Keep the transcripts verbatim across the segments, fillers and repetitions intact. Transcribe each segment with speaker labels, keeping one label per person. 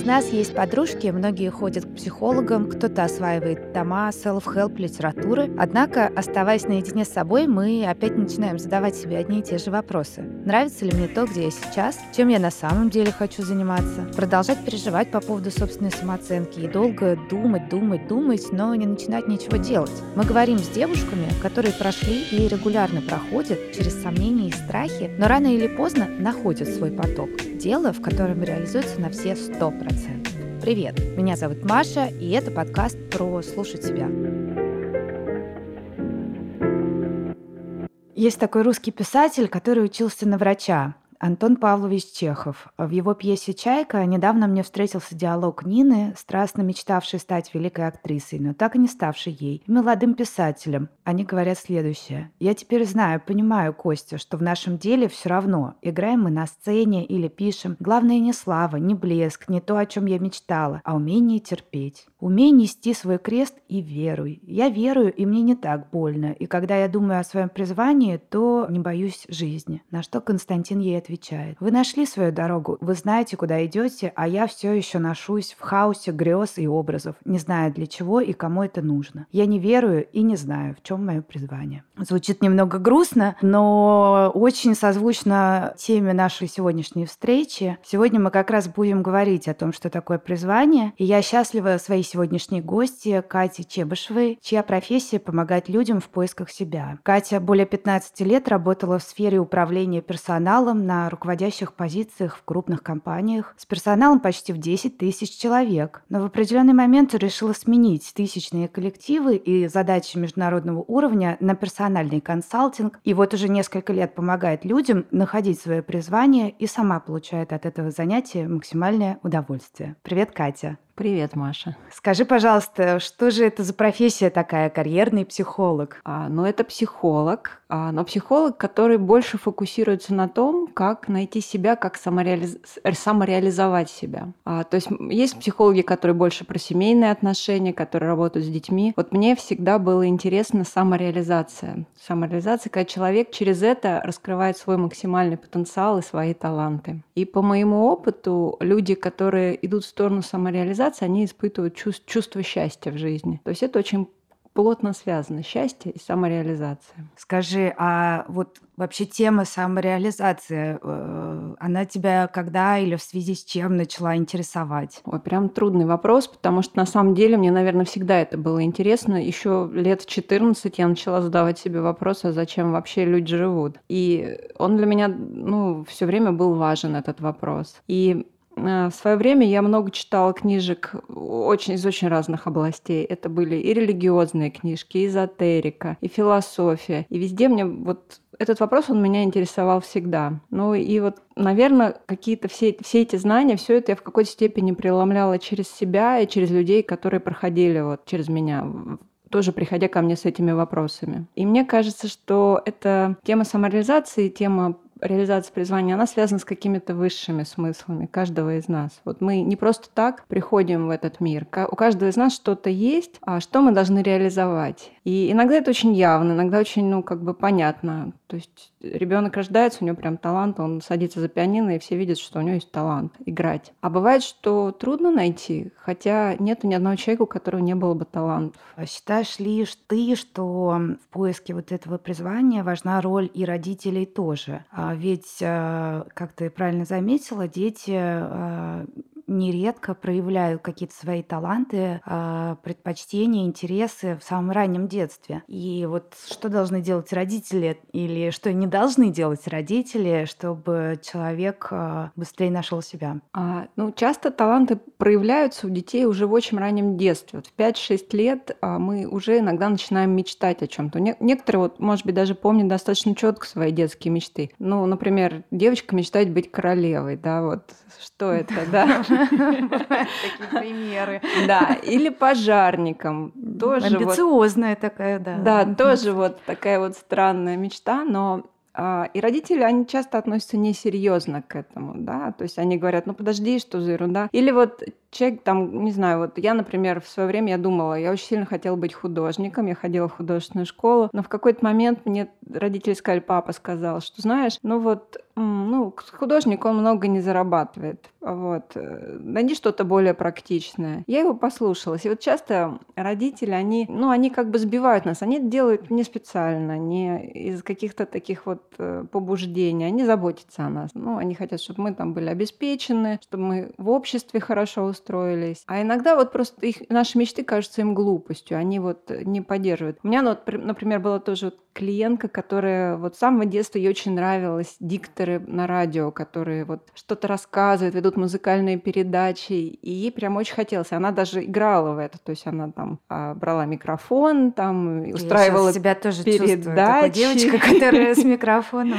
Speaker 1: из нас есть подружки, многие ходят к психологам, кто-то осваивает тома self-help литературы. Однако, оставаясь наедине с собой, мы опять начинаем задавать себе одни и те же вопросы. Нравится ли мне то, где я сейчас? Чем я на самом деле хочу заниматься? Продолжать переживать по поводу собственной самооценки и долго думать, думать, думать, но не начинать ничего делать. Мы говорим с девушками, которые прошли и регулярно проходят через сомнения и страхи, но рано или поздно находят свой поток. Дело, в котором реализуется на все сто процентов. Привет, меня зовут Маша, и это подкаст про слушать себя. Есть такой русский писатель, который учился на врача. Антон Павлович Чехов. В его пьесе «Чайка» недавно мне встретился диалог Нины, страстно мечтавшей стать великой актрисой, но так и не ставшей ей, и молодым писателем. Они говорят следующее. «Я теперь знаю, понимаю, Костя, что в нашем деле все равно, играем мы на сцене или пишем. Главное не слава, не блеск, не то, о чем я мечтала, а умение терпеть. Умей нести свой крест и веруй. Я верую, и мне не так больно. И когда я думаю о своем призвании, то не боюсь жизни». На что Константин ей отвечает. Отвечает. Вы нашли свою дорогу, вы знаете, куда идете, а я все еще ношусь в хаосе грез и образов, не знаю для чего и кому это нужно. Я не верую и не знаю, в чем мое призвание. Звучит немного грустно, но очень созвучно теме нашей сегодняшней встречи. Сегодня мы как раз будем говорить о том, что такое призвание. И я счастлива своей сегодняшней гости Кате Чебышевой, чья профессия — помогать людям в поисках себя. Катя более пятнадцати лет работала в сфере управления персоналом на руководящих позициях в крупных компаниях с персоналом почти в десять тысяч человек. Но в определенный момент решила сменить тысячные коллективы и задачи международного уровня на персональный консалтинг. И вот уже несколько лет помогает людям находить свое призвание и сама получает от этого занятия максимальное удовольствие. Привет, Катя.
Speaker 2: Привет, Маша.
Speaker 1: Скажи, пожалуйста, что же это за профессия такая, карьерный психолог?
Speaker 2: А, ну, это психолог, а, но психолог, который больше фокусируется на том, как найти себя, как самореализ... самореализовать себя. А, то есть есть психологи, которые больше про семейные отношения, которые работают с детьми. Вот мне всегда было интересно самореализация. Самореализация, когда человек через это раскрывает свой максимальный потенциал и свои таланты. И по моему опыту, люди, которые идут в сторону самореализации, они испытывают чувство, чувство счастья в жизни. То есть это очень плотно связано, счастье и самореализация.
Speaker 1: Скажи, а вот вообще тема самореализации, она тебя когда или в связи с чем начала интересовать?
Speaker 2: Ой, прям трудный вопрос, потому что на самом деле мне, наверное, всегда это было интересно. Еще лет в четырнадцать я начала задавать себе вопрос, а зачем вообще люди живут? И он для меня, ну, все время был важен, этот вопрос. И в свое время я много читала книжек очень, из очень разных областей. Это были и религиозные книжки, и эзотерика, и философия. И везде мне вот этот вопрос, он меня интересовал всегда. Ну и вот, наверное, какие-то все, все эти знания, все это я в какой-то степени преломляла через себя и через людей, которые проходили вот через меня, тоже приходя ко мне с этими вопросами. И мне кажется, что эта тема самореализации, тема реализация призвания, она связана с какими-то высшими смыслами каждого из нас. Вот мы не просто так приходим в этот мир. У каждого из нас что-то есть, а что мы должны реализовать. И иногда это очень явно, иногда очень, ну, как бы понятно. То есть ребенок рождается, у него прям талант, он садится за пианино, и все видят, что у него есть талант играть. А бывает, что трудно найти, хотя нет ни одного человека, у которого не было бы талантов.
Speaker 1: Считаешь ли ты, что в поиске вот этого призвания важна роль и родителей тоже? Ведь, как ты правильно заметила, дети нередко проявляют какие-то свои таланты, предпочтения, интересы в самом раннем детстве. И вот что должны делать родители или что не должны делать родители, чтобы человек быстрее нашел себя?
Speaker 2: А, ну, часто таланты проявляются у детей уже в очень раннем детстве. Вот в пять-шесть лет а, мы уже иногда начинаем мечтать о чем-то. Не- некоторые, вот, может быть, даже помнят достаточно четко свои детские мечты. Ну, например, девочка мечтает быть королевой, да, вот что это, да?
Speaker 1: Такие примеры.
Speaker 2: Да, или пожарником. Тоже вот,
Speaker 1: Амбициозная такая, да.
Speaker 2: да, тоже вот такая вот странная мечта, но а, и родители, они часто относятся несерьезно к этому, да, то есть они говорят, ну подожди, что за ерунда. Или вот человек там, не знаю, вот я, например, в свое время я думала, я очень сильно хотела быть художником, я ходила в художественную школу, но в какой-то момент мне родители сказали, папа сказал, что знаешь, ну вот, м, ну, художник, он много не зарабатывает, вот, э, найди что-то более практичное. Я его послушалась, и вот часто родители, они, ну, они как бы сбивают нас, они это делают не специально, не из каких-то таких вот э, побуждений, они заботятся о нас, ну, они хотят, чтобы мы там были обеспечены, чтобы мы в обществе хорошо устроились. А иногда вот просто их, наши мечты кажутся им глупостью, они вот не поддерживают. У меня, ну, вот, при- например, была тоже вот клиентка, которая вот с самого детства ей очень нравилось дикторы на радио, которые вот что-то рассказывают, ведут музыкальные передачи, и ей прям очень хотелось. Она даже играла в это, то есть она там а, брала микрофон, там и
Speaker 1: Я сейчас
Speaker 2: устраивала
Speaker 1: себя тоже чувствую, такой девочка,
Speaker 2: передачи.
Speaker 1: которая с микрофоном.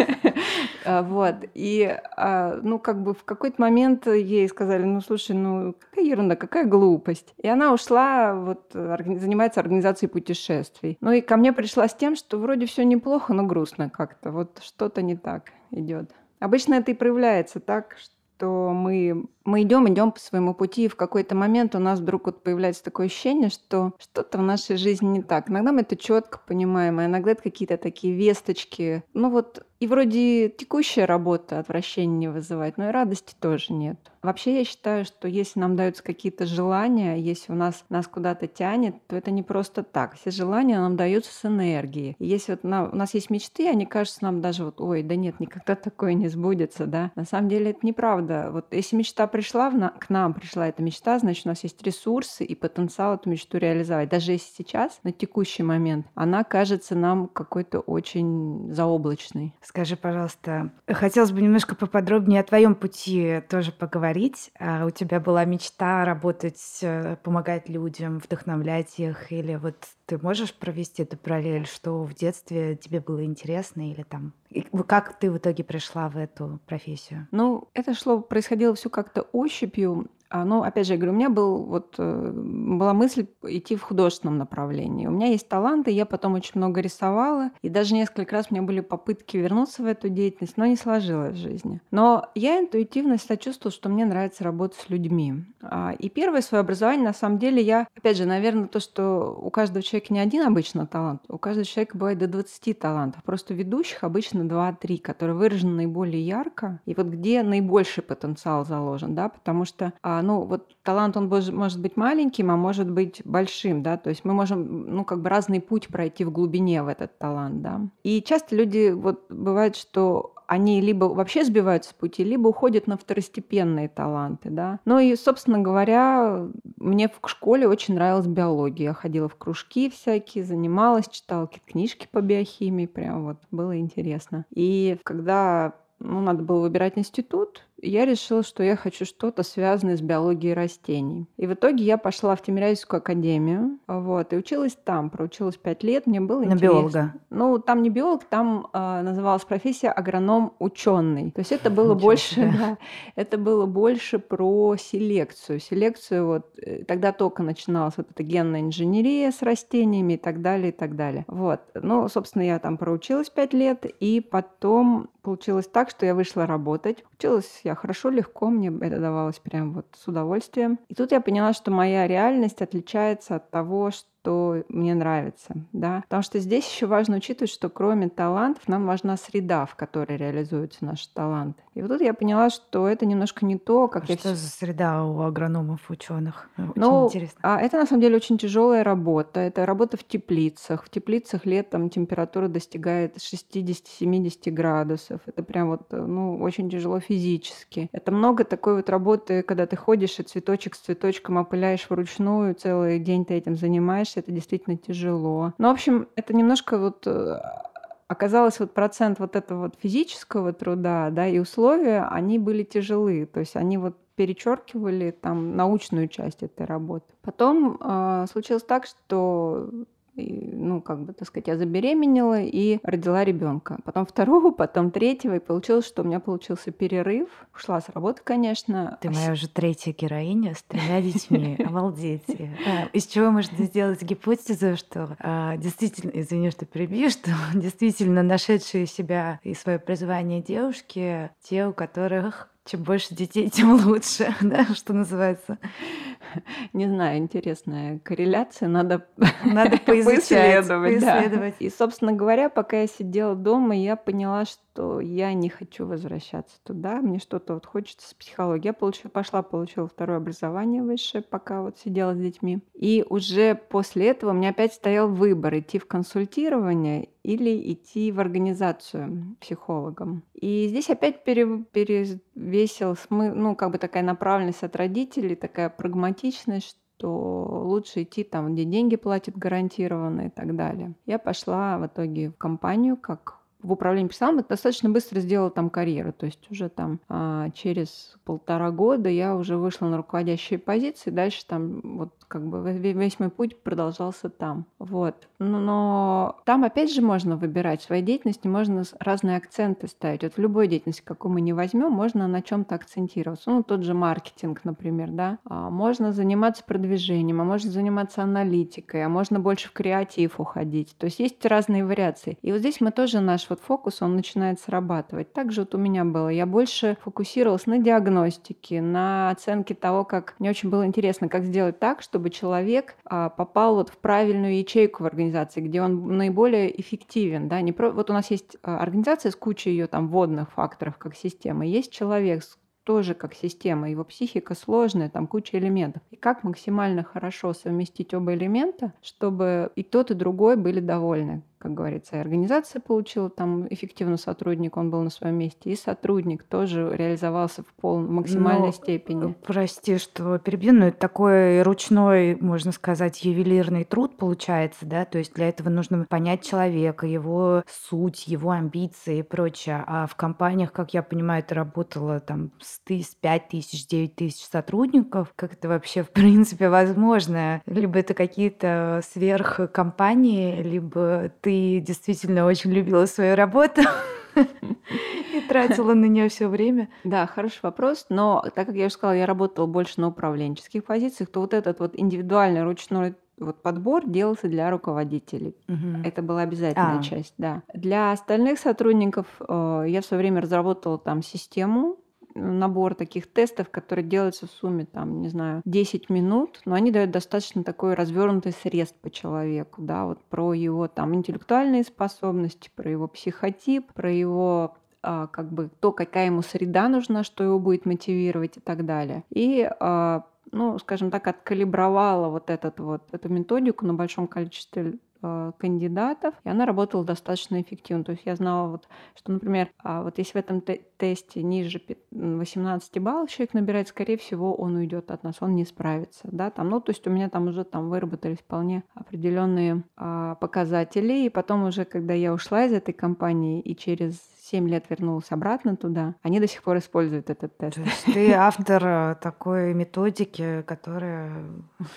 Speaker 2: А, Вот. И, а, ну, как бы в какой-то момент ей сказали, ну, слушай, ну, какая ерунда, какая глупость. И она ушла, вот, органи- занимается организацией путешествий. Ну, и ко мне пришла с тем, что вроде все неплохо, но грустно как-то. Вот что-то не так идет. Обычно это и проявляется так, что мы, мы идем, идем по своему пути, и в какой-то момент у нас вдруг вот появляется такое ощущение, что что-то в нашей жизни не так. Иногда мы это четко понимаем, а иногда это какие-то такие весточки. Ну вот, и вроде текущая работа отвращения не вызывает, но и радости тоже нет. Вообще я считаю, что если нам даются какие-то желания, если у нас нас куда-то тянет, то это не просто так. Все желания нам даются с энергией. И если вот на- у нас есть мечты, они кажутся нам даже вот, ой, да нет, никогда такое не сбудется, да. На самом деле это неправда. Вот если мечта пришла в на- к нам, пришла эта мечта, значит, у нас есть ресурсы и потенциал эту мечту реализовать. Даже если сейчас, на текущий момент, она кажется нам какой-то очень заоблачной.
Speaker 1: Скажи, пожалуйста, хотелось бы немножко поподробнее о твоем пути тоже поговорить. А у тебя была мечта работать, э, помогать людям, вдохновлять их, или вот ты можешь провести эту параллель, что в детстве тебе было интересно, или там и в- как ты в итоге пришла в эту профессию?
Speaker 2: Ну, это шло, происходило все как-то ощупью. А, ну, опять же, я говорю, у меня был, вот, э, была мысль идти в художественном направлении. У меня есть таланты, я потом очень много рисовала, и даже несколько раз у меня были попытки вернуться в эту деятельность, но не сложилось в жизни. Но я интуитивно всегда чувствовала, что мне нравится работать с людьми. А, И первое свое образование, на самом деле, я, опять же, наверное, то, что у каждого человека не один обычно талант, у каждого человека бывает до двадцати талантов. Просто ведущих обычно два-три, которые выражены наиболее ярко, и вот где наибольший потенциал заложен, да, потому что, а, ну, вот талант, он бож- может быть маленьким, а может быть большим, да, то есть мы можем, ну, как бы разный путь пройти в глубине в этот талант, да. И часто люди, вот, бывает, что они либо вообще сбиваются с пути, либо уходят на второстепенные таланты, да. Ну и, собственно говоря, мне в школе очень нравилась биология. Я ходила в кружки всякие, занималась, читала какие-то книжки по биохимии, прям вот было интересно. И когда ну, надо было выбирать институт, я решила, что я хочу что-то связанное с биологией растений. И в итоге я пошла в Тимирязевскую академию, вот, и училась там, проучилась пять лет, мне было
Speaker 1: На
Speaker 2: интересно.
Speaker 1: биолога.
Speaker 2: Ну, там не биолог, там а, называлась профессия агроном-ученый. То есть это было
Speaker 1: Ничего
Speaker 2: больше,
Speaker 1: себе.
Speaker 2: да, это было больше про селекцию. Селекцию вот э, тогда только начиналась вот эта генная инженерия с растениями и так далее, и так далее. Вот. Ну, собственно, я там проучилась пять лет, и потом получилось так, что я вышла работать. Училась я хорошо, легко, мне это давалось прям вот с удовольствием. И тут я поняла, что моя реальность отличается от того, что мне нравится, да. Потому что здесь еще важно учитывать, что кроме талантов нам важна среда, в которой реализуются наши таланты. И вот тут я поняла, что это немножко не то,
Speaker 1: А
Speaker 2: как я
Speaker 1: что
Speaker 2: все...
Speaker 1: за среда у агрономов, ученых? Очень
Speaker 2: Ну,
Speaker 1: интересно.
Speaker 2: а это на самом деле очень тяжелая работа. Это работа в теплицах. В теплицах летом температура достигает шестидесяти-семидесяти градусов. Это прям вот, э, ну, очень тяжело физически. Это много такой вот работы, когда ты ходишь и цветочек с цветочком опыляешь вручную, целый день ты этим занимаешься. Это действительно тяжело. Ну, в общем, это немножко вот э, оказалось вот процент вот этого вот физического труда, да, и условия, они были тяжелы. То есть они вот перечеркивали там научную часть этой работы. Потом э, случилось так, что и, ну, как бы, так сказать, я забеременела и родила ребенка. Потом второго, потом третьего. И получилось, что у меня получился перерыв. Ушла с работы, конечно.
Speaker 1: Ты
Speaker 2: А
Speaker 1: моя
Speaker 2: с-
Speaker 1: уже третья героиня с тремя детьми. Обалдеть. А, Из чего можно сделать гипотезу, что а, действительно, извини, что перебью, что действительно нашедшие себя и свое призвание девушки, те, у которых Чем больше детей, тем лучше, да, что называется.
Speaker 2: Не знаю, интересная корреляция, надо
Speaker 1: Надо поизучать,
Speaker 2: поисследовать, да.
Speaker 1: поисследовать.
Speaker 2: И, собственно говоря, пока я сидела дома, я поняла, что я не хочу возвращаться туда. Мне что-то вот хочется с психологией. Я получила, пошла, получила второе образование высшее, пока вот сидела с детьми. И уже после этого у меня опять стоял выбор: идти в консультирование или идти в организацию психологом. И здесь опять пере- перевесил смы- ну, как бы такая направленность от родителей, такая прагматичность, что лучше идти там, где деньги платят гарантированно и так далее. Я пошла в итоге в компанию как в управлении персоналом, достаточно быстро сделала там карьеру. То есть уже там а, через полтора года я уже вышла на руководящие позиции. Дальше там вот как бы ве- весь мой путь продолжался там. Вот. Но, но там опять же можно выбирать в своей деятельности, можно с- разные акценты ставить. Вот в любой деятельности, какую мы не возьмем, можно на чем-то акцентироваться. Ну, тот же маркетинг, например, да. А можно заниматься продвижением, а можно заниматься аналитикой, а можно больше в креатив уходить. То есть есть разные вариации. И вот здесь мы тоже наш вот фокус, он начинает срабатывать. Также вот у меня было. Я больше фокусировалась на диагностике, на оценке того, как... Мне очень было интересно, как сделать так, чтобы человек а, попал вот в правильную ячейку в организации, где он наиболее эффективен. Да? Не про... Вот у нас есть а, организация с кучей ее там вводных факторов как система, есть человек с тоже как система, его психика сложная, там куча элементов. И как максимально хорошо совместить оба элемента, чтобы и тот, и другой были довольны. Как говорится, и организация получила там эффективный сотрудник, он был на своем месте, и сотрудник тоже реализовался в полной, максимальной
Speaker 1: Ну,
Speaker 2: степени.
Speaker 1: прости, что перебью, но это такой ручной, можно сказать, ювелирный труд получается, да? То есть для этого нужно понять человека, его суть, его амбиции и прочее. А в компаниях, как я понимаю, это работало там с тыс- пять тысяч, девять тысяч сотрудников. Как это вообще в принципе возможно? Либо это какие-то сверхкомпании, либо ты действительно очень любила свою работу и тратила на нее все время.
Speaker 2: Да, хороший вопрос, но так как я уже сказала, я работала больше на управленческих позициях, то вот этот вот индивидуальный ручной вот подбор делался для руководителей.
Speaker 1: Мгм.
Speaker 2: Это была обязательная
Speaker 1: А,
Speaker 2: часть, да. Для остальных сотрудников э, я в свое время разработала там систему, э, набор таких тестов, которые делаются в сумме, там, не знаю, десять минут, но они дают достаточно такой развернутый срез по человеку, да, вот про его там интеллектуальные способности, про его психотип, про его а, как бы то, какая ему среда нужна, что его будет мотивировать и так далее. И а, ну, скажем так, откалибровала вот, этот вот эту методику на большом количестве э, кандидатов, и она работала достаточно эффективно. То есть я знала, вот, что, например, а вот если в этом те- тесте ниже пи- м, восемнадцати баллов человек набирает, скорее всего, он уйдет от нас, он не справится. Да? Там, ну, то есть у меня там уже там выработались вполне определенные а, показатели, и потом уже, когда я ушла из этой компании и через семь лет вернулась обратно туда, они до сих пор используют этот тест.
Speaker 1: то есть ты автор э, такой методики, которая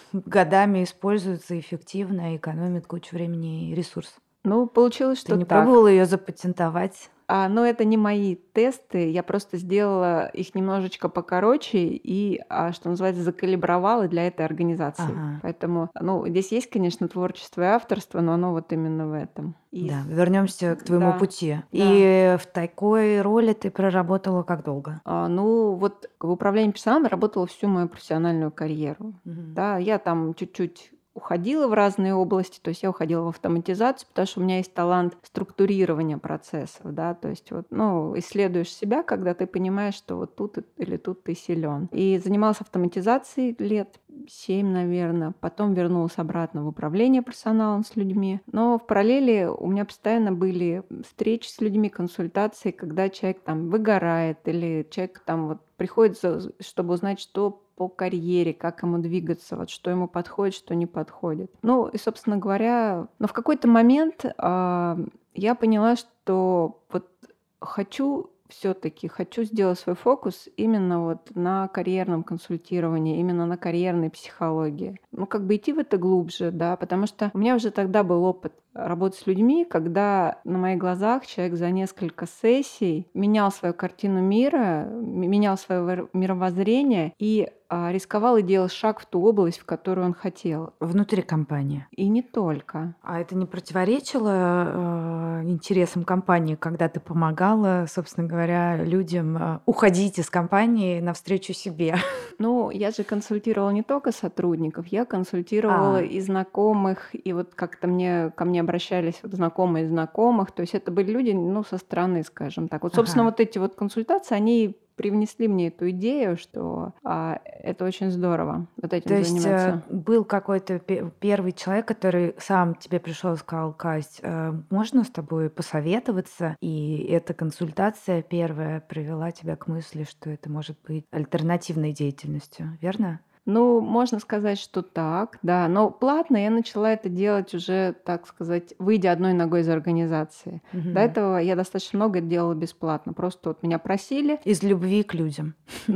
Speaker 1: годами используется эффективно и экономит кучу времени и ресурсов.
Speaker 2: Ну, получилось,
Speaker 1: Ты
Speaker 2: что
Speaker 1: не
Speaker 2: так.
Speaker 1: пробовала ее запатентовать?
Speaker 2: А, но это не мои тесты, я просто сделала их немножечко покороче и, а, что называется, закалибровала для этой организации.
Speaker 1: Ага.
Speaker 2: Поэтому, ну, здесь есть, конечно, творчество и авторство, но оно вот именно в этом. И
Speaker 1: Да,
Speaker 2: с-
Speaker 1: вернемся к твоему
Speaker 2: да,
Speaker 1: пути.
Speaker 2: да.
Speaker 1: И в такой роли ты проработала как долго?
Speaker 2: А, ну, вот в управлении персоналом я работала всю мою профессиональную карьеру.
Speaker 1: Мгм.
Speaker 2: Да, я там чуть-чуть уходила в разные области, то есть я уходила в автоматизацию, потому что у меня есть талант структурирования процессов, да, то есть вот, ну, исследуешь себя, когда ты понимаешь, что вот тут или тут ты силен. И занималась автоматизацией лет семь, наверное, потом вернулась обратно в управление персоналом с людьми, но в параллели у меня постоянно были встречи с людьми, консультации, когда человек там выгорает или человек там вот приходит, за- чтобы узнать, что по карьере, как ему двигаться, вот что ему подходит, что не подходит. Ну и, собственно говоря, но в какой-то момент а, я поняла, что вот хочу все-таки хочу сделать свой фокус именно вот на карьерном консультировании, именно на карьерной психологии. Ну, как бы идти в это глубже, да, потому что у меня уже тогда был опыт работать с людьми, когда на моих глазах человек за несколько сессий менял свою картину мира, м- менял свое мировоззрение и а, рисковал и делал шаг в ту область, в которую он хотел.
Speaker 1: Внутри компании.
Speaker 2: И не только.
Speaker 1: А это не противоречило э, интересам компании, когда ты помогала, собственно говоря, людям э, уходить из компании навстречу себе?
Speaker 2: Ну, я же консультировала не только сотрудников, я консультировала
Speaker 1: А,
Speaker 2: и знакомых, и вот как-то мне, ко мне обращались вот знакомые знакомых, то есть это были люди, ну, со стороны, скажем так. Вот, собственно,
Speaker 1: ага.
Speaker 2: вот эти вот консультации, они привнесли мне эту идею, что а, это очень здорово вот
Speaker 1: То
Speaker 2: этим
Speaker 1: есть э,
Speaker 2: заниматься.
Speaker 1: был какой-то пе- первый человек, который сам тебе пришел и сказал: Кась, э, можно с тобой посоветоваться? И эта консультация первая привела тебя к мысли, что это может быть альтернативной деятельностью, верно?
Speaker 2: Ну, можно сказать, что так, да. Но платно я начала это делать уже, так сказать, выйдя одной ногой из организации. До
Speaker 1: Мгм.
Speaker 2: этого я достаточно много делала бесплатно. Просто вот меня просили,
Speaker 1: Из любви к людям.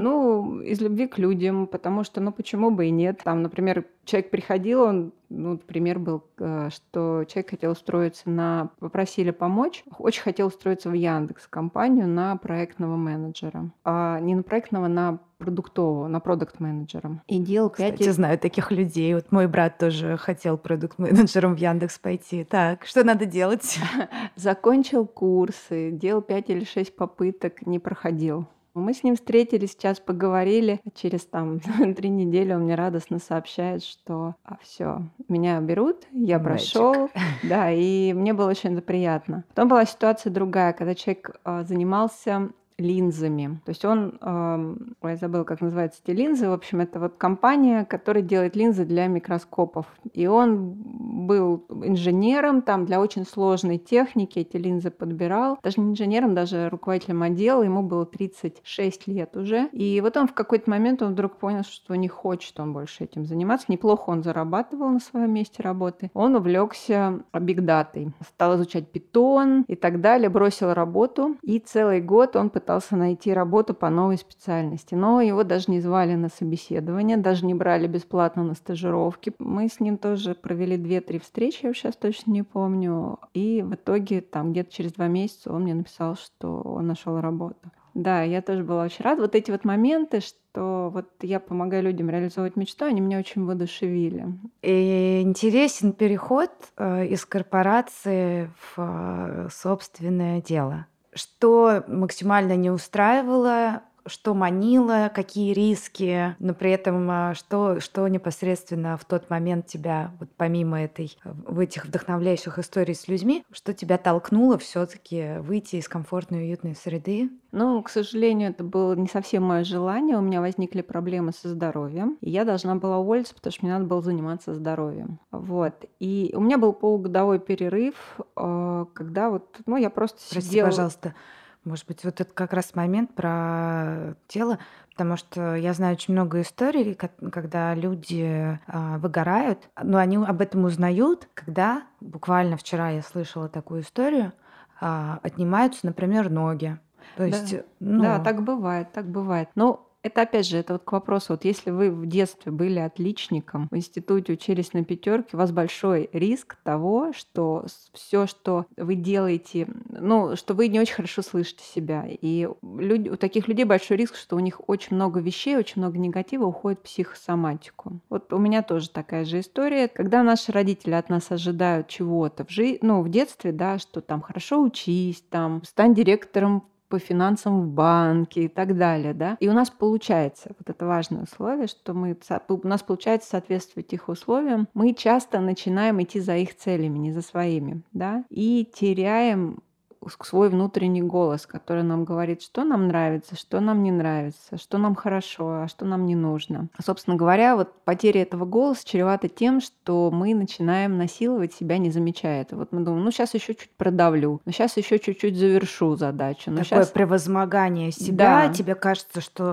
Speaker 2: ну, из любви к людям, потому что, ну, почему бы и нет. Там, например, человек приходил, он, ну, пример был, э, что человек хотел устроиться на... Попросили помочь, очень хотел устроиться в Яндекс компанию на проектного менеджера. А не на проектного, на продуктового, на продукт-менеджера. И делал пять...
Speaker 1: Кстати, знаю таких людей. Вот мой брат тоже хотел продукт-менеджером в Яндекс пойти. Так, что надо делать?
Speaker 2: Закончил курсы, делал пять или шесть попыток, не проходил. Мы с ним встретились, сейчас поговорили. Через там три недели он мне радостно сообщает, что а, все, меня берут, я
Speaker 1: Magic.
Speaker 2: прошел, да, и мне было очень это приятно. Потом была ситуация другая, когда человек а, занимался линзами. То есть он, эм, ой, я забыла, как называются эти линзы. В общем, это вот компания, которая делает линзы для микроскопов. И он был инженером там для очень сложной техники, эти линзы подбирал. Даже не инженером, даже руководителем отдела. Ему было тридцать шесть лет уже. И вот он в какой-то момент он вдруг понял, что не хочет он больше этим заниматься. Неплохо он зарабатывал на своем месте работы. Он увлекся бигдатой. Стал изучать питон и так далее. Бросил работу. И целый год он пытался найти работу по новой специальности. Но его даже не звали на собеседование, даже не брали бесплатно на стажировки. Мы с ним тоже провели две-три встречи, я сейчас точно не помню. И в итоге там где-то через два месяца он мне написал, что он нашел работу. Да, я тоже была очень рада. Вот эти вот моменты, что вот я помогаю людям реализовывать мечту, они меня очень воодушевили.
Speaker 1: И интересен переход э, из корпорации в э, собственное дело. Что максимально не устраивало, что манило, какие риски, но при этом а, что, что непосредственно в тот момент тебя, вот помимо этой, в этих вдохновляющих историй с людьми, что тебя толкнуло все-таки выйти из комфортной уютной среды?
Speaker 2: Ну, к сожалению, это было не совсем мое желание. У меня возникли проблемы со здоровьем. И я должна была уволиться, потому что мне надо было заниматься здоровьем. Вот. И у меня был полугодовой перерыв, э, когда вот, ну, я просто
Speaker 1: Прости,
Speaker 2: сидела...
Speaker 1: пожалуйста, может быть, вот это как раз момент про тело, потому что я знаю очень много историй, ко- когда люди а, выгорают, но они об этом узнают, когда, буквально вчера я слышала такую историю, а, отнимаются, например, ноги. То есть,
Speaker 2: Да,
Speaker 1: э,
Speaker 2: да,
Speaker 1: ну,
Speaker 2: так бывает, так бывает. Но это опять же, это вот к вопросу, вот если вы в детстве были отличником, в институте учились на пятерке, у вас большой риск того, что все, что вы делаете, ну, что вы не очень хорошо слышите себя. И люди, у таких людей большой риск, что у них очень много вещей, очень много негатива уходит в психосоматику. Вот у меня тоже такая же история. Когда наши родители от нас ожидают чего-то в жизни, ну, в детстве, да, что там хорошо учись, там, стань директором по финансам в банке и так далее, да. И у нас получается, вот это важное условие, что мы, у нас получается соответствовать их условиям, мы часто начинаем идти за их целями, не за своими, да, и теряем свой внутренний голос, который нам говорит, что нам нравится, что нам не нравится, что нам хорошо, а что нам не нужно. Собственно говоря, вот потеря этого голоса чревата тем, что мы начинаем насиловать себя, не замечая это. Вот мы думаем, ну сейчас еще чуть продавлю, ну сейчас еще чуть-чуть завершу задачу. Ну,
Speaker 1: такое
Speaker 2: сейчас...
Speaker 1: превозмогание себя,
Speaker 2: Да.
Speaker 1: тебе кажется, что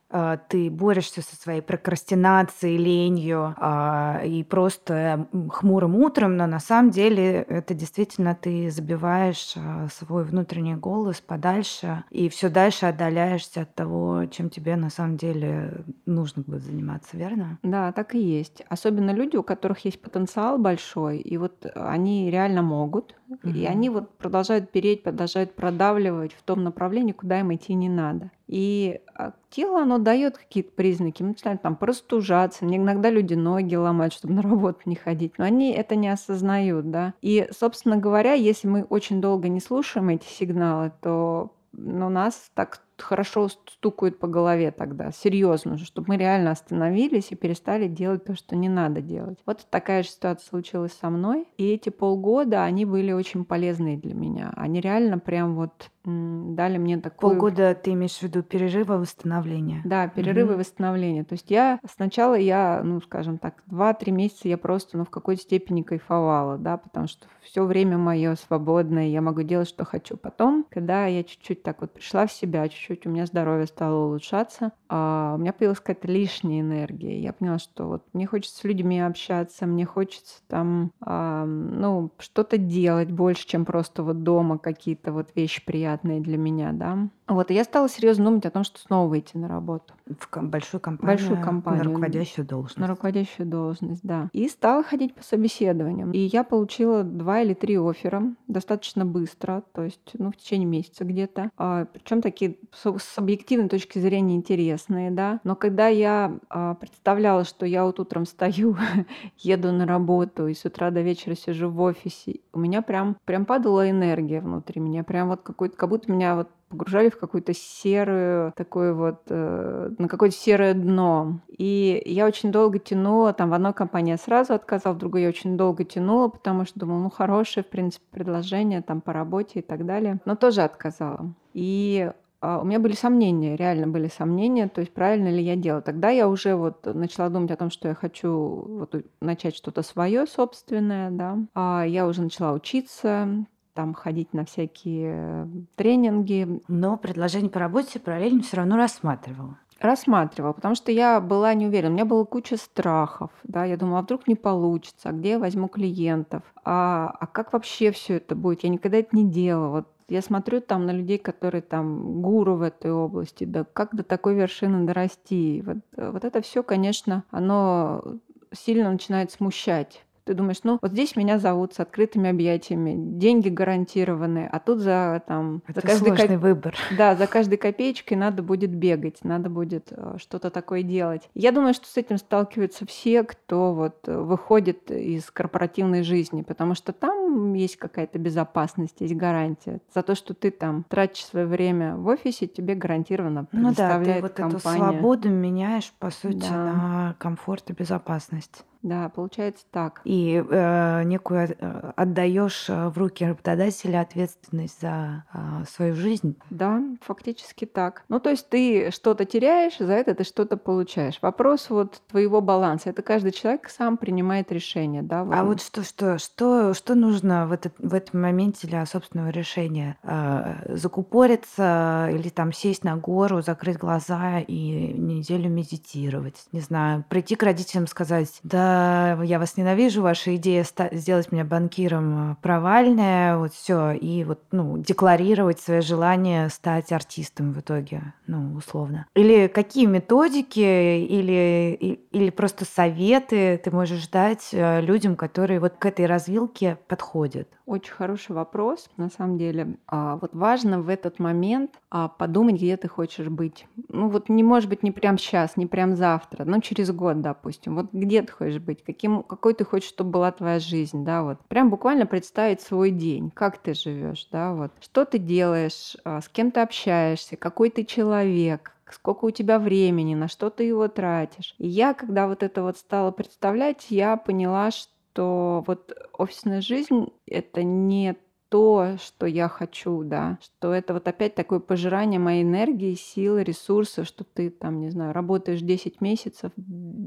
Speaker 1: а, ты борешься со своей прокрастинацией, ленью, а, и просто, м, хмурым утром, но на самом деле это действительно ты забиваешь, а, свой внутренний голос подальше и все дальше отдаляешься от того, чем тебе на самом деле нужно будет заниматься, верно?
Speaker 2: Да, так и есть. Особенно люди, у которых есть потенциал большой, и вот они реально могут, и они
Speaker 1: Мгм.
Speaker 2: вот продолжают переть, продолжают продавливать в том направлении, куда им идти не надо. И а, тело, оно дает какие-то признаки. Мы начинаем там простужаться. Мне иногда люди ноги ломают, чтобы на работу не ходить. Но они это не осознают, да. И, собственно говоря, если мы очень долго не слушаем эти сигналы, то ну, нас так хорошо стукают по голове тогда, серьезно, чтобы мы реально остановились и перестали делать то, что не надо делать. Вот такая же ситуация случилась со мной. И эти полгода, они были очень полезные для меня. Они реально прям вот м, дали мне такую
Speaker 1: Полгода ты имеешь в виду перерыва, восстановления?
Speaker 2: да, перерывы и
Speaker 1: Мгм.
Speaker 2: восстановления. То есть я сначала я, ну, скажем так, два-три месяца я просто, ну, в какой-то степени кайфовала, да, потому что все время мое свободное, я могу делать, что хочу. Потом, когда я чуть-чуть так вот пришла в себя, чуть-чуть у меня здоровье стало улучшаться, а, у меня появилась какая-то лишняя энергия. Я поняла, что вот мне хочется с людьми общаться, мне хочется там, а, ну, что-то делать больше, чем просто вот дома какие-то вот вещи приятные для меня, да. Вот, и я стала серьезно думать о том, что снова выйти на работу.
Speaker 1: В ком большую
Speaker 2: Большую
Speaker 1: компанию, на
Speaker 2: компанию,
Speaker 1: руководящую
Speaker 2: на
Speaker 1: должность.
Speaker 2: руководящую должность, да. И стала ходить по собеседованиям. И я получила два или три оффера достаточно быстро, то есть, ну, в течение месяца где-то. А, причем такие с с объективной точки зрения интересные, да. Но когда я, а, представляла, что я вот утром встаю, еду на работу и с утра до вечера сижу в офисе, у меня прям прям падала энергия внутри меня. Прям вот какой-то как будто меня вот погружали в какую-то серую, такое вот, э, на какое-то серое дно. И я очень долго тянула, там в одной компании я сразу отказала, в другой я очень долго тянула, потому что думала, ну, хорошее, в принципе, предложение там по работе и так далее, но тоже отказала. И а, у меня были сомнения, реально были сомнения, то есть правильно ли я делаю. Тогда я уже вот начала думать о том, что я хочу вот у- начать что-то свое собственное, да. А я уже начала учиться, там ходить на всякие тренинги.
Speaker 1: Но предложение по работе параллельно все равно рассматривала.
Speaker 2: Рассматривала, потому что я была не уверена. У меня было куча страхов, да. Я думала, а вдруг не получится, а где я возьму клиентов, а, а как вообще все это будет? Я никогда это не делала. Вот я смотрю там на людей, которые там гуру в этой области, да как до такой вершины дорасти? Вот, э, вот это все, конечно, оно сильно начинает смущать. Ты думаешь, ну вот здесь меня зовут с открытыми объятиями, деньги гарантированы, а тут за там за
Speaker 1: Это
Speaker 2: каждый коп
Speaker 1: сложный выбор.
Speaker 2: да, за каждой копеечкой надо будет бегать, надо будет, э, что-то такое делать. Я думаю, что с этим сталкиваются все, кто вот, э, выходит из корпоративной жизни, потому что там есть какая-то безопасность, есть гарантия. За то, что ты там тратишь свое время в офисе, тебе гарантированно
Speaker 1: Ну да, ты
Speaker 2: предоставляет
Speaker 1: вот эту
Speaker 2: компания.
Speaker 1: свободу меняешь, по сути,
Speaker 2: Да,
Speaker 1: на комфорт и безопасность.
Speaker 2: да, получается так.
Speaker 1: И, э, некую, э, отдаёшь, э, в руки работодателя ответственность за, а, свою жизнь.
Speaker 2: Да, фактически так. Ну, то есть ты что-то теряешь, за это ты что-то получаешь. Вопрос вот твоего баланса. Это каждый человек сам принимает решение, да, вот.
Speaker 1: А
Speaker 2: м.
Speaker 1: вот что что что что нужно в этот в этом моменте для собственного решения? А, закупориться или там сесть на гору, закрыть глаза и неделю медитировать? Не знаю, прийти к родителям, сказать: "Да, я вас ненавижу, ваша идея ста сделать меня банкиром, э, провальная". Вот все и вот, ну, декларировать свое желание стать артистом в итоге, ну, условно. Или какие методики или и или просто советы ты можешь дать, э, людям, которые вот к этой развилке подходят?
Speaker 2: Очень хороший вопрос, на самом деле. А, вот важно в этот момент а, подумать, где ты хочешь быть. Ну вот не может быть не прям сейчас, не прям завтра, но через год, допустим. Вот где ты хочешь быть, каким, какой ты хочешь, чтобы была твоя жизнь, да, вот. Прям буквально представить свой день, как ты живешь, да, вот. Что ты делаешь, а, с кем ты общаешься, какой ты человек, сколько у тебя времени, на что ты его тратишь. И я, когда вот это вот стала представлять, я поняла, что вот офисная жизнь — это не то, что я хочу, да, что это вот опять такое пожирание моей энергии, силы, ресурсов, что ты там, не знаю, работаешь десять месяцев,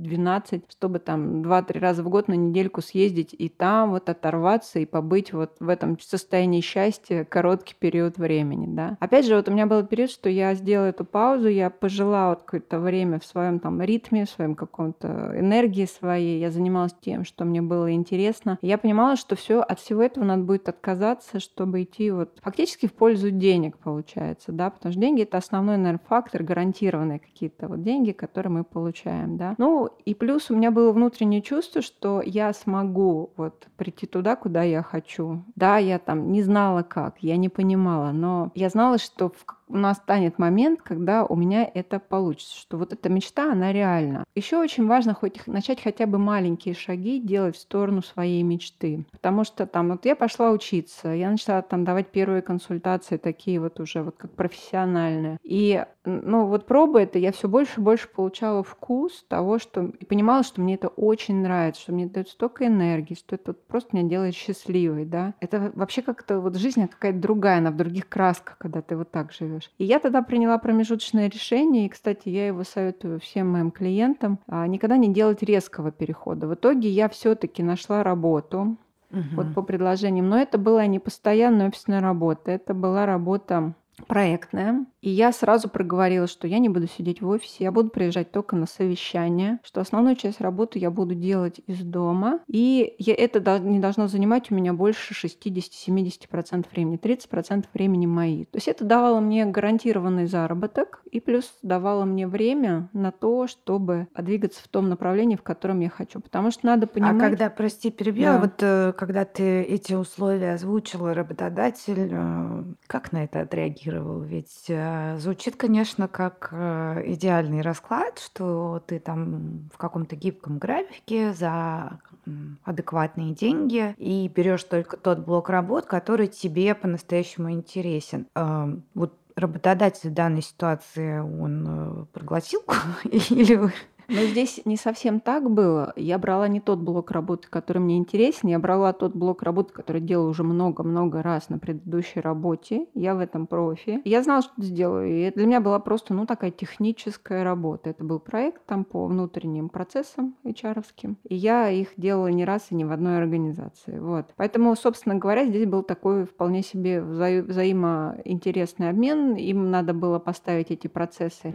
Speaker 2: десять-двенадцать, чтобы там два-три раза в год на недельку съездить и там вот оторваться и побыть вот в этом состоянии счастья короткий период времени, да. Опять же, вот у меня был период, что я сделала эту паузу, я пожила вот какое-то время в своем там ритме, в своем каком-то энергии своей, я занималась тем, что мне было интересно. И я понимала, что все от всего этого надо будет отказаться, чтобы идти вот фактически в пользу денег, получается, да, потому что деньги — это основной, наверное, фактор, гарантированные какие-то вот деньги, которые мы получаем, да. Ну, и плюс у меня было внутреннее чувство, что я смогу вот прийти туда, куда я хочу. Да, я там не знала как, я не понимала, но я знала, что в настанет момент, когда у меня это получится, что вот эта мечта, она реальна. Еще очень важно хоть начать хотя бы маленькие шаги делать в сторону своей мечты. Потому что там вот я пошла учиться, я начала там давать первые консультации, такие вот уже вот как профессиональные. И ну вот пробуя это, я все больше и больше получала вкус того, что и понимала, что мне это очень нравится, что мне дает столько энергии, что это вот просто меня делает счастливой, да. Это вообще как-то вот жизнь какая-то другая, она в других красках, когда ты вот так живешь. И я тогда приняла промежуточное решение, и, кстати, я его советую всем моим клиентам, а, никогда не делать резкого перехода. В итоге я все-таки нашла работу, вот
Speaker 1: Мгм.
Speaker 2: по предложениям, но это была не постоянная офисная работа, это была работа проектная. И я сразу проговорила, что я не буду сидеть в офисе, я буду приезжать только на совещания, что основную часть работы я буду делать из дома. И я, это дол- не должно занимать у меня больше шестьдесят-семьдесят процентов времени, тридцать процентов времени мои. То есть это давало мне гарантированный заработок и плюс давало мне время на то, чтобы двигаться в том направлении, в котором я хочу. Потому что надо
Speaker 1: А
Speaker 2: понимать...
Speaker 1: когда, прости, перебила,
Speaker 2: Да.
Speaker 1: вот э, когда ты эти условия озвучила, работодатель, э, как на это отреагировал? Ведь э, звучит, конечно, как э, идеальный расклад, что ты там в каком-то гибком графике за м, адекватные деньги и берешь только тот блок работ, который тебе по-настоящему интересен. Э, Вот работодатель в данной ситуации, он э, проглотил или вы-
Speaker 2: Но здесь не совсем так было. Я брала не тот блок работы, который мне интересен, я брала тот блок работы, который делаю уже много-много раз на предыдущей работе. Я в этом профи. И я знала, что сделаю. И это для меня была просто, ну, такая техническая работа. Это был проект там по внутренним процессам эйч ар-овским. И я их делала не раз и не в одной организации. Вот. Поэтому, собственно говоря, здесь был такой вполне себе взаи- взаимоинтересный обмен. Им надо было поставить эти процессы.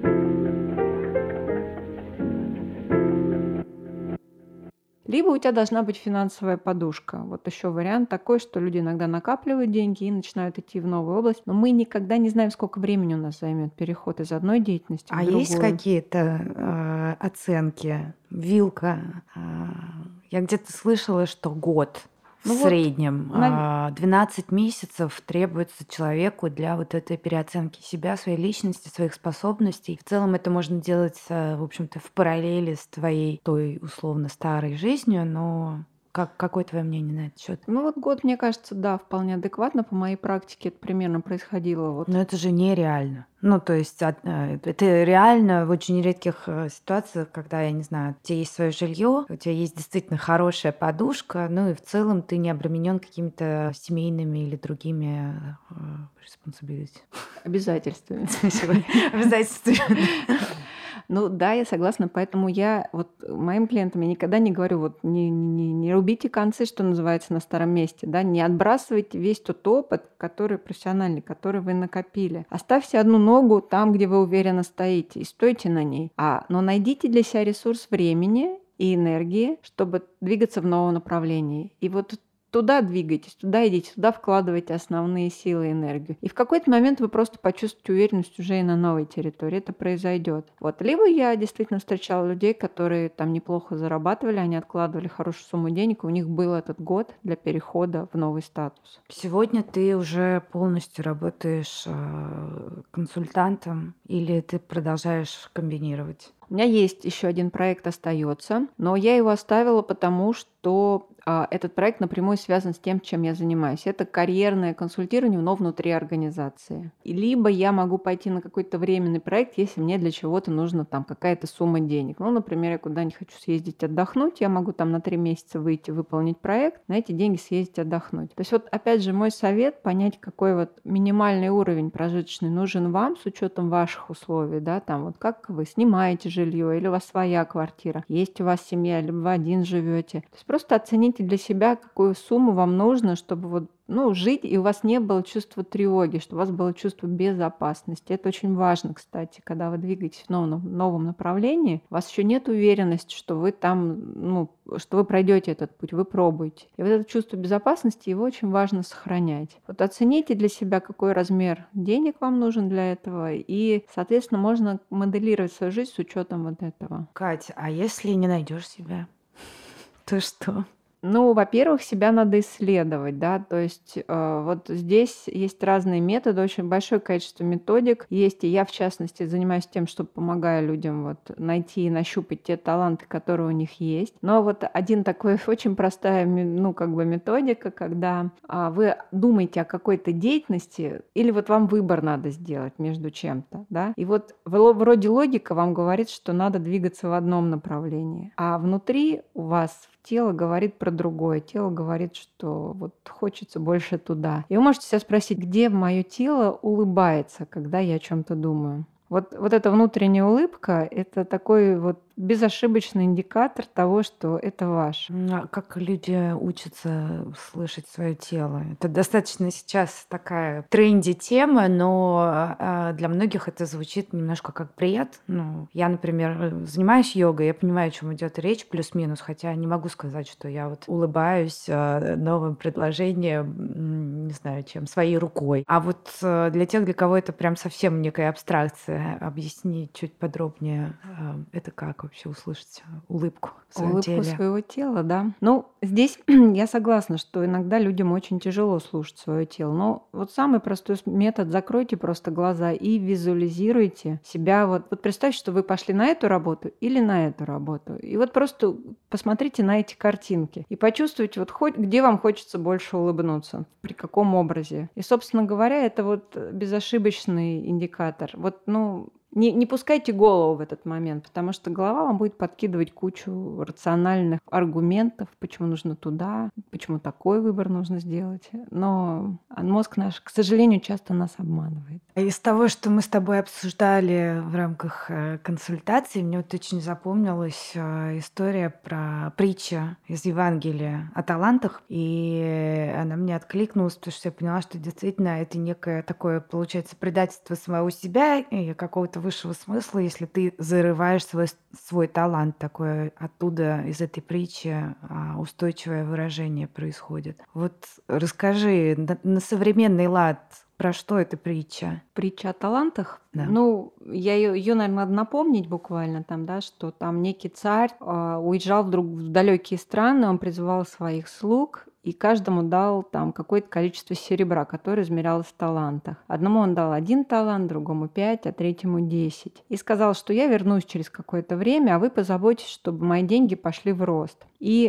Speaker 2: Либо у тебя должна быть финансовая подушка. Вот еще вариант такой, что люди иногда накапливают деньги и начинают идти в новую область. Но мы никогда не знаем, сколько времени у нас займет переход из одной деятельности в
Speaker 1: А есть
Speaker 2: другую.
Speaker 1: какие-то э, оценки? Вилка. э, Я где-то слышала, что год в
Speaker 2: Ну вот,
Speaker 1: среднем,
Speaker 2: нав-
Speaker 1: а, двенадцать месяцев требуется человеку для вот этой переоценки себя, своей личности, своих способностей. В целом это можно делать, э, в общем-то, в параллели с твоей той условно старой жизнью, но как, какое твое мнение на этот счет?
Speaker 2: ну вот год, мне кажется, да, вполне адекватно. По моей практике это примерно происходило вот.
Speaker 1: Но это же нереально. Ну, то есть от- э, это реально в очень редких э, ситуациях, когда, я не знаю, у тебя есть свое жилье, у тебя есть действительно хорошая подушка, ну и в целом ты не обременен какими-то семейными или другими э, responsibility.
Speaker 2: Обязательствами.
Speaker 1: Спасибо. Обязательствами.
Speaker 2: Ну да, я согласна, поэтому я вот моим клиентам я никогда не говорю, вот не, не, не- не рубите концы, что называется, на старом месте, да, не отбрасывайте весь тот опыт, который профессиональный, который вы накопили. Оставьте одну ногу там, где вы уверенно стоите, и стойте на ней. А, но найдите для себя ресурс времени и энергии, чтобы двигаться в новом направлении. И вот туда двигайтесь, туда идите, туда вкладывайте основные силы и энергию. И в какой-то момент вы просто почувствуете уверенность уже и на новой территории. Это произойдет. Вот. Либо я действительно встречала людей, которые там неплохо зарабатывали, они откладывали хорошую сумму денег, и у них был этот год для перехода в новый статус.
Speaker 1: Сегодня ты уже полностью работаешь э, консультантом или ты продолжаешь комбинировать?
Speaker 2: У меня есть еще один проект остается, но я его оставила, потому что а, этот проект напрямую связан с тем, чем я занимаюсь. Это карьерное консультирование, но внутри организации. И либо я могу пойти на какой-то временный проект, если мне для чего-то нужна там какая-то сумма денег. Ну, например, я куда-нибудь хочу съездить отдохнуть, я могу там на три месяца выйти, выполнить проект, на эти деньги съездить отдохнуть. То есть вот опять же мой совет понять, какой вот минимальный уровень прожиточный нужен вам с учетом ваших условий, да, там вот как вы снимаете жилье, или у вас своя квартира, есть у вас семья, либо вы один живете. То есть просто оцените для себя, какую сумму вам нужно, чтобы вот ну, жить, и у вас не было чувства тревоги, чтобы у вас было чувство безопасности. Это очень важно, кстати, когда вы двигаетесь в новом, новом направлении, у вас еще нет уверенности, что вы там, ну, что вы пройдете этот путь, вы пробуете. И вот это чувство безопасности, его очень важно сохранять. Вот оцените для себя, какой размер денег вам нужен для этого, и, соответственно, можно моделировать свою жизнь с учетом вот этого.
Speaker 1: Кать, а если не найдешь себя, то что?
Speaker 2: Ну, во-первых, себя надо исследовать, да, то есть э, вот здесь есть разные методы, очень большое количество методик есть, и я, в частности, занимаюсь тем, что помогаю людям вот найти и нащупать те таланты, которые у них есть. Но вот один такой очень простая, ну, как бы методика, когда а, вы думаете о какой-то деятельности, или вот вам выбор надо сделать между чем-то, да, и вот вроде логика вам говорит, что надо двигаться в одном направлении, а внутри у вас тело говорит про другое. Тело говорит, что вот хочется больше туда. И вы можете себя спросить, где мое тело улыбается, когда я о чем-то думаю. Вот, вот эта внутренняя улыбка — это такой вот безошибочный индикатор того, что это ваше.
Speaker 1: А как люди учатся слышать свое тело? Это достаточно сейчас такая в тренде тема, но а, для многих это звучит немножко как бред. Ну, я, например, занимаюсь йогой, я понимаю, о чем идет речь, плюс-минус, хотя не могу сказать, что я вот улыбаюсь а, новым предложением, не знаю, чем, своей рукой. А вот а, для тех, для кого это прям совсем некая абстракция, объясни чуть подробнее, а, это как вообще услышать улыбку в своем
Speaker 2: Улыбку
Speaker 1: теле?
Speaker 2: своего тела, да. Ну, здесь я согласна, что иногда людям очень тяжело слушать свое тело. Но вот самый простой метод — закройте просто глаза и визуализируйте себя. Вот, вот представьте, что вы пошли на эту работу или на эту работу. И вот просто посмотрите на эти картинки и почувствуйте, вот хоть, где вам хочется больше улыбнуться, при каком образе. И, собственно говоря, это вот безошибочный индикатор. Вот, ну, Не, не пускайте голову в этот момент, потому что голова вам будет подкидывать кучу рациональных аргументов, почему нужно туда, почему такой выбор нужно сделать. Но мозг наш, к сожалению, часто нас обманывает.
Speaker 1: Из того, что мы с тобой обсуждали в рамках э, консультации, мне вот очень запомнилась э, история про притча из Евангелия о талантах, и она мне откликнулась, потому что я поняла, что действительно это некое такое, получается, предательство самого себя и какого-то высшего смысла, если ты зарываешь свой, свой талант, такое оттуда, из этой притчи, а, устойчивое выражение происходит. Вот расскажи на, на современный лад, про что эта притча?
Speaker 2: Притча о талантах.
Speaker 1: Да.
Speaker 2: Ну, я ее, ее, наверное, надо напомнить буквально там, да, что там некий царь э, уезжал вдруг в далекие страны, он призывал своих слуг и каждому дал там какое-то количество серебра, которое измерялось в талантах. Одному он дал один талант, другому пять, а третьему десять. И сказал, что я вернусь через какое-то время, а вы позаботьтесь, чтобы мои деньги пошли в рост. И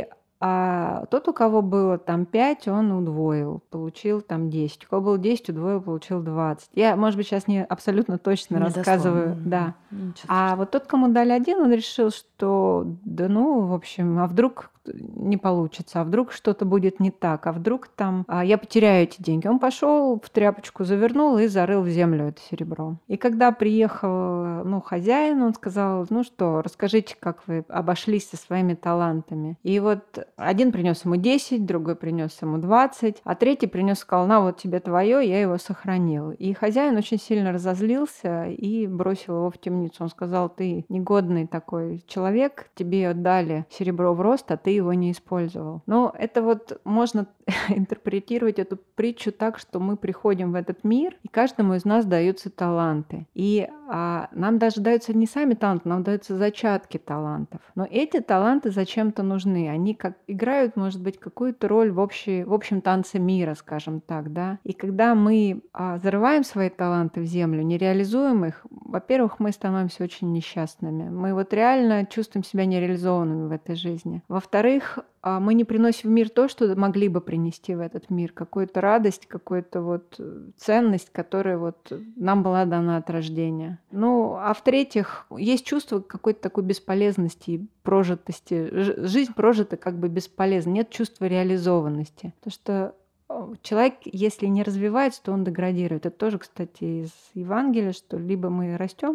Speaker 2: а тот, у кого было там пять, он удвоил, получил там десять. У кого было десять, удвоил, получил двадцать. Я, может быть, сейчас не абсолютно точно
Speaker 1: Не
Speaker 2: рассказываю.
Speaker 1: дословно.
Speaker 2: Да.
Speaker 1: Ничего
Speaker 2: А
Speaker 1: страшного.
Speaker 2: вот тот, кому дали один, он решил, что да ну, в общем, а вдруг не получится, а вдруг что-то будет не так, а вдруг там а, я потеряю эти деньги. Он пошел в тряпочку, завернул и зарыл в землю это серебро. И когда приехал ну, хозяин, он сказал, ну что, расскажите, как вы обошлись со своими талантами. И вот один принес ему десять, другой принес ему двадцать, а третий принес, сказал, на вот тебе твое, я его сохранил. И хозяин очень сильно разозлился и бросил его в темницу. Он сказал, ты негодный такой человек, тебе отдали серебро в рост, а ты его не использовал. Но это вот можно интерпретировать эту притчу так, что мы приходим в этот мир, и каждому из нас даются таланты. И а, нам даже даются не сами таланты, нам даются зачатки талантов. Но эти таланты зачем-то нужны. Они как играют, может быть, какую-то роль в, общей, в общем танце мира, скажем так, да. И когда мы а, зарываем свои таланты в землю, не реализуем их, во-первых, мы становимся очень несчастными. Мы вот реально чувствуем себя нереализованными в этой жизни. Во-вторых, мы не приносим в мир то, что могли бы принести в этот мир, какую-то радость, какую-то вот ценность, которая вот нам была дана от рождения. Ну, а в-третьих, есть чувство какой-то такой бесполезности и прожитости. Ж- жизнь прожита как бы бесполезна, нет чувства реализованности. Потому что человек, если не развивается, то он деградирует. Это тоже, кстати, из Евангелия, что либо мы растем,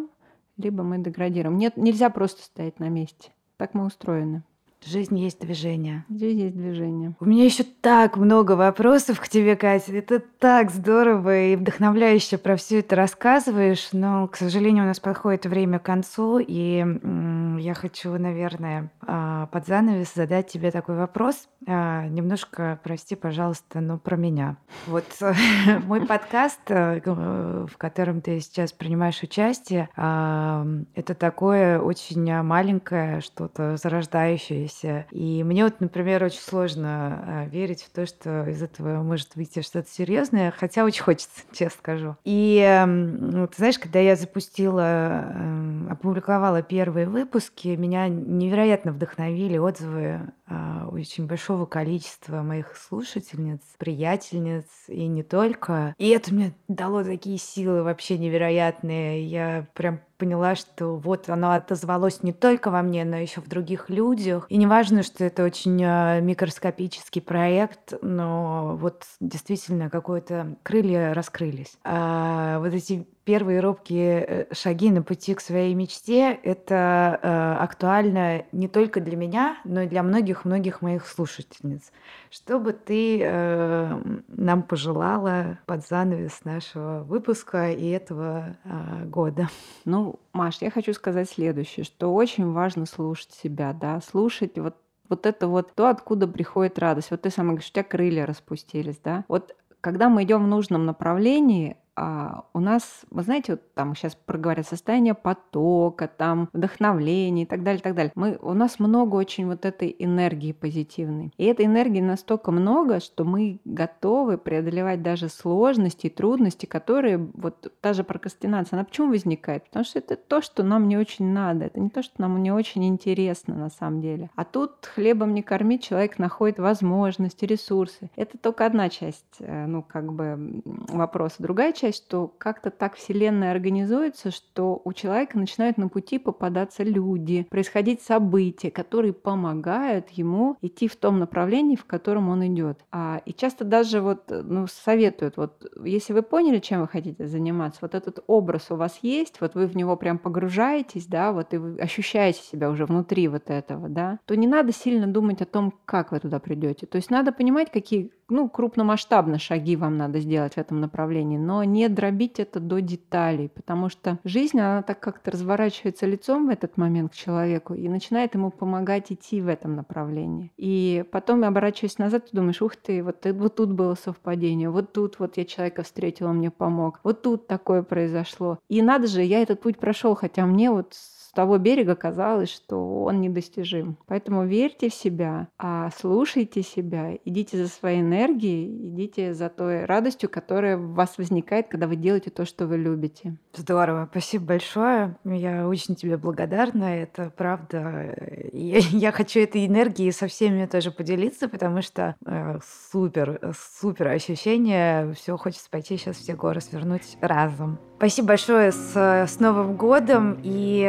Speaker 2: либо мы деградируем. Нет, нельзя просто стоять на месте. Так мы устроены.
Speaker 1: Жизнь есть движение.
Speaker 2: Здесь есть движение.
Speaker 1: У меня еще так много вопросов к тебе, Катя. Это так здорово и вдохновляюще про все это рассказываешь, но, к сожалению, у нас подходит время к концу, и м, я хочу, наверное, а, под занавес задать тебе такой вопрос. А, Немножко, прости, пожалуйста, но про меня. Вот мой подкаст, э, г- в котором ты сейчас принимаешь участие, а, это такое очень маленькое что-то зарождающееся. И мне вот, например, очень сложно а, верить в то, что из этого может выйти что-то серьезное, хотя очень хочется, честно скажу. И эм, ты знаешь, когда я запустила, эм, опубликовала первые выпуски, меня невероятно вдохновили отзывы а, очень большого количества моих слушательниц, приятельниц и не только. И это мне дало такие силы вообще невероятные. Я прям поняла, что вот оно отозвалось не только во мне, но еще в других людях. И неважно, что это очень а, микроскопический проект, но вот действительно какое-то крылья раскрылись. А вот эти первые робкие э, шаги на пути к своей мечте, это э, актуально не только для меня, но и для многих-многих моих слушательниц. Что бы ты э, нам пожелала под занавес нашего выпуска и этого э, года?
Speaker 2: Ну, Маш, я хочу сказать следующее, что очень важно слушать себя, да, слушать вот вот это вот то, откуда приходит радость. Вот ты сама говоришь, у тебя крылья распустились, да. Вот когда мы идем в нужном направлении, а, у нас, вы знаете, вот там сейчас проговорят состояние потока, там вдохновление и так далее, и так далее. Мы, у нас много очень вот этой энергии позитивной. И этой энергии настолько много, что мы готовы преодолевать даже сложности и трудности, которые, вот та же прокрастинация, она почему возникает? Потому что это то, что нам не очень надо, это не то, что нам не очень интересно на самом деле. А тут хлебом не кормить, человек находит возможности, ресурсы. Это только одна часть, э, ну, как бы м, вопроса. Другая часть, что как-то так Вселенная организуется, что у человека начинают на пути попадаться люди, происходить события, которые помогают ему идти в том направлении, в котором он идет. А, и часто даже вот, э, ну, советуют, вот если вы поняли, чем вы хотите заниматься, вот этот образ у вас есть, вот вы в него прям погружаетесь, да, вот и вы ощущаете себя уже внутри вот этого, да, то не надо сильно думать о том, как вы туда придете. То есть надо понимать, какие, ну, крупномасштабно шаги вам надо сделать в этом направлении, но не дробить это до деталей, потому что жизнь, она так как-то разворачивается лицом в этот момент к человеку и начинает ему помогать идти в этом направлении. И потом, оборачиваясь назад, ты думаешь, ух ты, вот, э- вот тут было совпадение, вот тут вот я человека встретила, он мне помог, вот тут такое произошло. И надо же, я этот путь прошел, хотя мне вот с того берега казалось, что он недостижим. Поэтому верьте в себя, а слушайте себя, идите за своей энергией, идите за той радостью, которая в вас возникает, когда вы делаете то, что вы любите.
Speaker 1: Здорово, спасибо большое. Я очень тебе благодарна. Это правда. И я хочу этой энергией со всеми тоже поделиться, потому что э, супер, э, супер ощущение. Все хочется пойти сейчас все горы свернуть разом. Спасибо большое с, с Новым годом. И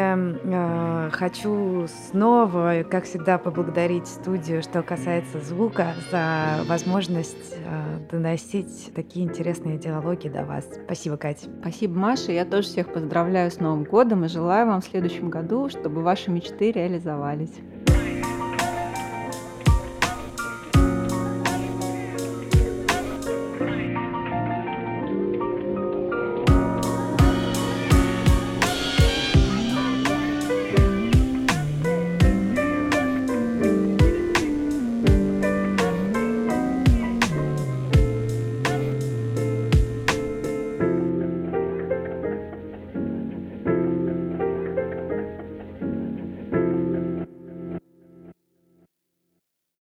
Speaker 1: э, хочу снова, как всегда, поблагодарить студию, что касается звука, за возможность э, доносить такие интересные диалоги до вас. Спасибо, Катя.
Speaker 2: Спасибо, Маша. Я тоже всех поздравляю с Новым годом и желаю вам в следующем году, чтобы ваши мечты реализовались.
Speaker 3: Right.